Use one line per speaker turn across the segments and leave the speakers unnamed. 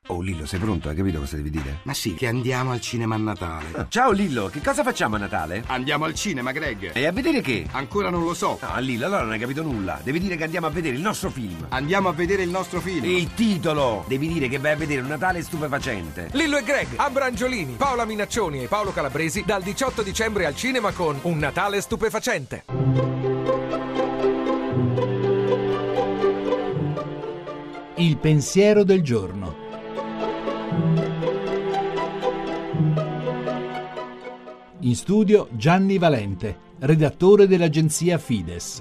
Oh Lillo, sei pronto? Hai capito cosa devi dire?
Ma sì, che andiamo al cinema a Natale.
Ciao Lillo, che cosa facciamo a Natale?
Andiamo al cinema, Greg.
E a vedere che?
Ancora non lo so.
No, Lillo, allora non hai capito nulla. Devi dire che andiamo a vedere il nostro film.
Andiamo a vedere il nostro film.
Il titolo! Devi dire che vai a vedere un Natale stupefacente.
Lillo e Greg, Abrangiolini, Paola Minaccioni e Paolo Calabresi dal 18 dicembre al cinema con Un Natale stupefacente.
Il pensiero del giorno. In studio Gianni Valente, redattore dell'agenzia Fides.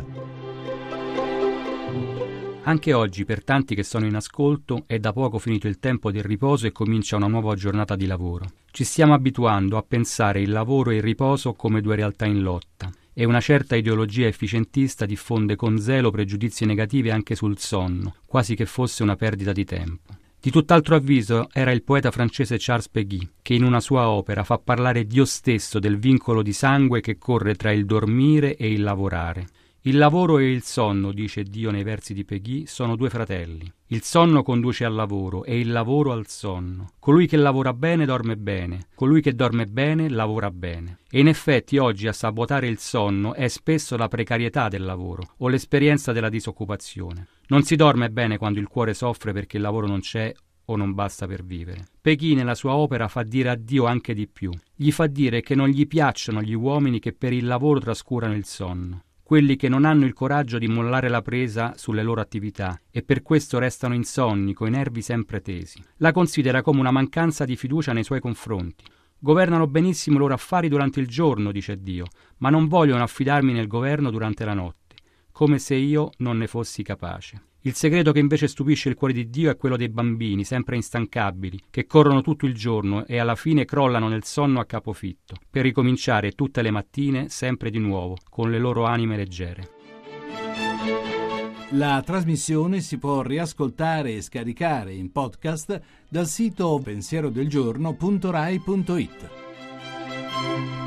Anche oggi, per tanti che sono in ascolto, è da poco finito il tempo del riposo e comincia una nuova giornata di lavoro. Ci stiamo abituando a pensare il lavoro e il riposo come due realtà in lotta, e una certa ideologia efficientista diffonde con zelo pregiudizi negativi anche sul sonno, quasi che fosse una perdita di tempo. Di tutt'altro avviso era il poeta francese Charles Péguy, che in una sua opera fa parlare Dio stesso del vincolo di sangue che corre tra il dormire e il lavorare. Il lavoro e il sonno, dice Dio nei versi di Péguy, sono due fratelli. Il sonno conduce al lavoro e il lavoro al sonno. Colui che lavora bene dorme bene, colui che dorme bene lavora bene. E in effetti oggi a sabotare il sonno è spesso la precarietà del lavoro o l'esperienza della disoccupazione. Non si dorme bene quando il cuore soffre perché il lavoro non c'è o non basta per vivere. Péguy nella sua opera fa dire a Dio anche di più. Gli fa dire che non gli piacciono gli uomini che per il lavoro trascurano il sonno. Quelli che non hanno il coraggio di mollare la presa sulle loro attività e per questo restano insonni, coi nervi sempre tesi. La considera come una mancanza di fiducia nei suoi confronti. Governano benissimo i loro affari durante il giorno, dice Dio, ma non vogliono affidarmi nel governo durante la notte, come se io non ne fossi capace. Il segreto che invece stupisce il cuore di Dio è quello dei bambini, sempre instancabili, che corrono tutto il giorno e alla fine crollano nel sonno a capofitto, per ricominciare tutte le mattine sempre di nuovo, con le loro anime leggere.
La trasmissione si può riascoltare e scaricare in podcast dal sito pensierodelgiorno.rai.it.